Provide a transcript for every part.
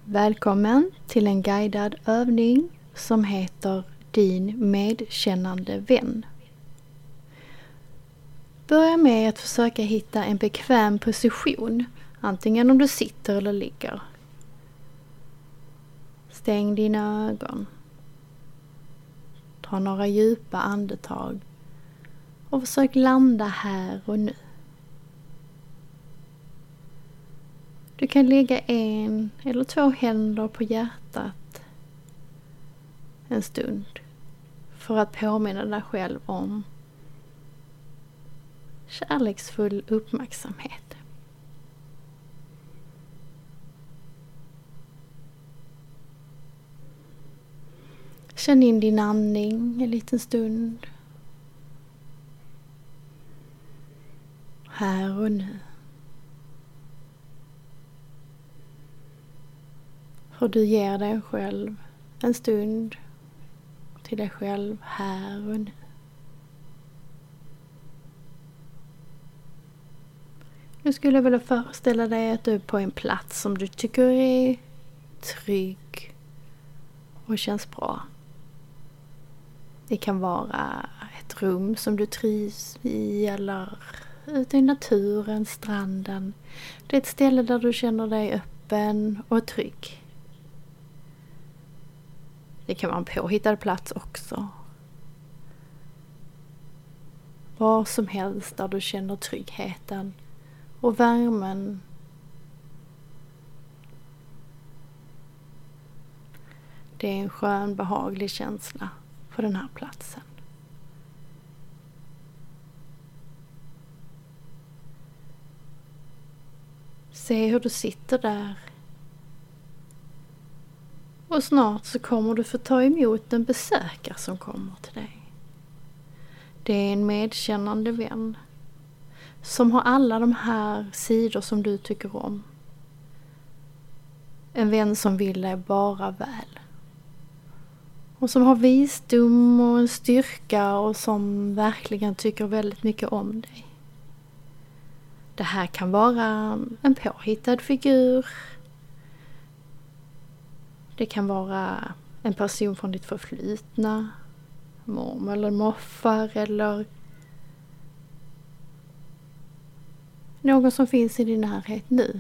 Välkommen till en guidad övning som heter Din medkännande vän. Börja med att försöka hitta en bekväm position, antingen om du sitter eller ligger. Stäng dina ögon. Ta några djupa andetag och försök landa här och nu. Du kan lägga 1 eller 2 händer på hjärtat en stund för att påminna dig själv om kärleksfull uppmärksamhet. Känn in din andning en liten stund. Här och nu. Hur du ger dig själv en stund till dig själv här och nu. Nu skulle jag vilja föreställa dig att du är på en plats som du tycker är trygg och känns bra. Det kan vara ett rum som du trivs i eller ute i naturen, stranden. Det är ett ställe där du känner dig öppen och trygg. Det kan vara en påhittad plats också. Var som helst där du känner tryggheten och värmen. Det är en skön, behaglig känsla på den här platsen. Se hur du sitter där. Och snart så kommer du få ta emot en besökare som kommer till dig. Det är en medkännande vän som har alla de här sidor som du tycker om. En vän som vill dig bara väl. Och som har visdom och en styrka och som verkligen tycker väldigt mycket om dig. Det här kan vara en påhittad figur. Det kan vara en person från ditt förflutna, mormor eller morfar eller någon som finns i din närhet nu.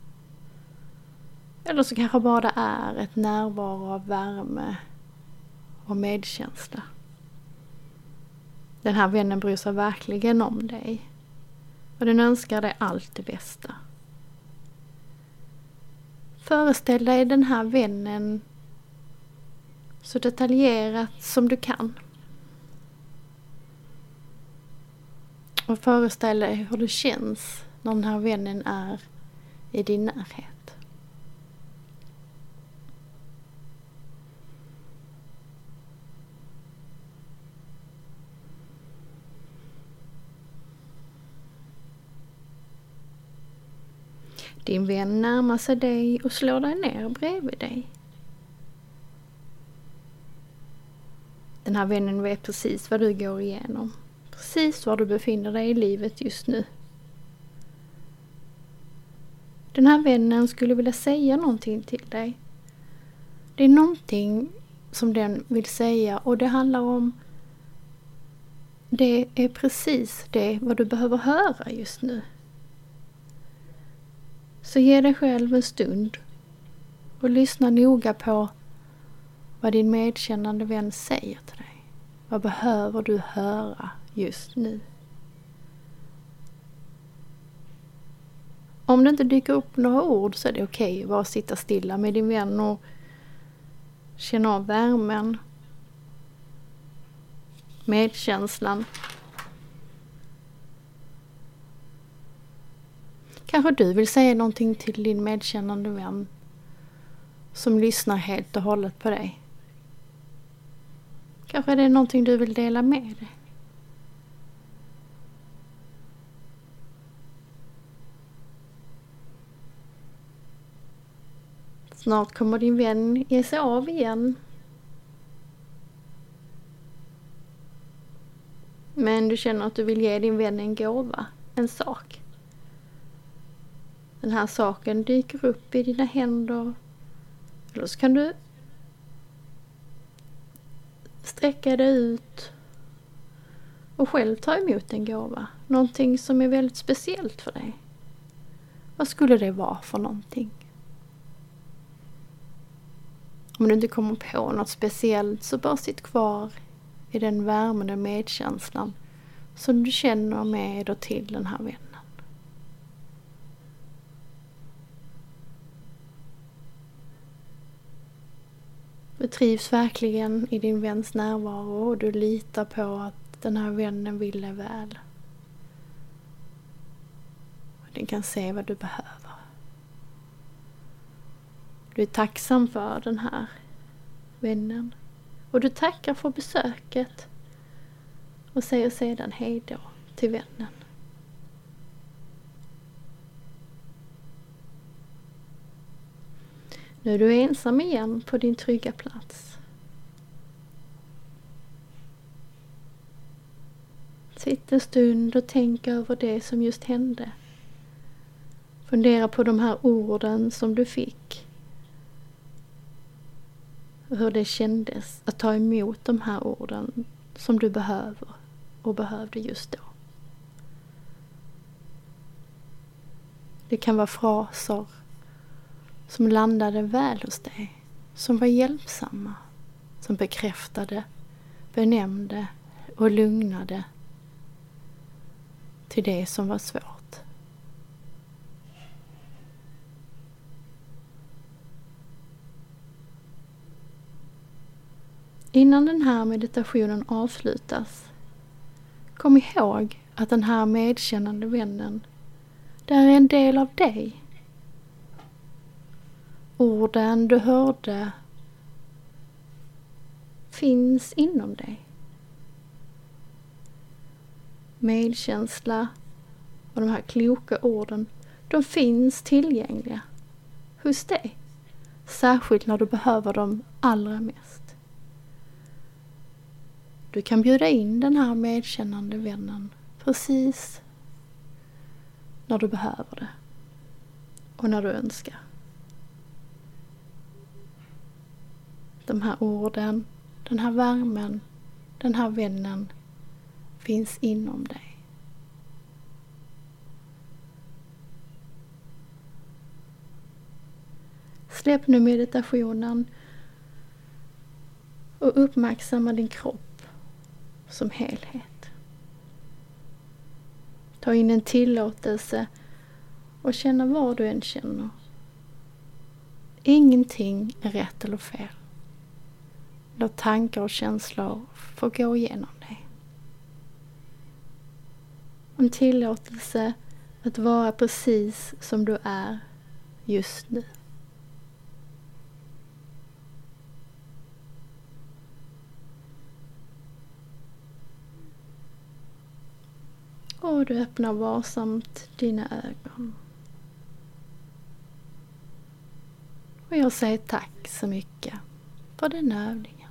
Eller så kanske bara det är ett närvaro av värme och medkänsla. Den här vännen bryr sig verkligen om dig och den önskar dig allt det bästa. Föreställ dig den här vännen så detaljerat som du kan. Och föreställ dig hur det känns när den här vännen är i din närhet. Din vän närmar sig dig och slår dig ner bredvid dig. Den här vännen vet precis vad du går igenom. Precis var du befinner dig i livet just nu. Den här vännen skulle vilja säga någonting till dig. Det är någonting som den vill säga och det handlar om det är precis det vad du behöver höra just nu. Så ge dig själv en stund och lyssna noga på vad din medkännande vän säger till dig. Vad behöver du höra just nu? Om det inte dyker upp några ord så är det okej att bara sitta stilla med din vän och känna av värmen, medkänslan. Kanske du vill säga någonting till din medkännande vän som lyssnar helt och hållet på dig. Kanske det är någonting du vill dela med dig. Snart kommer din vän ge sig av igen. Men du känner att du vill ge din vän en gåva, en sak. Den här saken dyker upp i dina händer Eller så kan du sträcka dig ut och själv ta emot en gåva. Någonting som är väldigt speciellt för dig. Vad skulle det vara för någonting? Om du inte kommer på något speciellt så bara sitt kvar i den värmen och medkänslan som du känner med och till den här vännen. Du trivs verkligen i din väns närvaro och du litar på att den här vännen vill dig väl. Den kan se vad du behöver. Du är tacksam för den här vännen. Och du tackar för besöket. Och säger sedan hej då till vännen. Nu är du ensam igen på din trygga plats. Sitt en stund och tänk över det som just hände. Fundera på de här orden som du fick. Och hur det kändes att ta emot de här orden som du behöver och behövde just då. Det kan vara fraser som landade väl hos dig, som var hjälpsamma, som bekräftade, benämnde och lugnade till det som var svårt. Innan den här meditationen avslutas, kom ihåg att den här medkännande vännen, det är en del av dig. Orden du hörde finns inom dig. Medkänsla och de här kloka orden, de finns tillgängliga hos dig. Särskilt när du behöver dem allra mest. Du kan bjuda in den här medkännande vännen precis när du behöver det och när du önskar. De här orden, den här värmen, den här vännen finns inom dig. Släpp nu meditationen och uppmärksamma din kropp som helhet. Ta in en tillåtelse och känna vad du än känner. Ingenting är rätt eller fel. Låt tankar och känslor få gå igenom dig. En tillåtelse att vara precis som du är just nu. Och du öppnar varsamt dina ögon. Och jag säger tack så mycket för den övningen.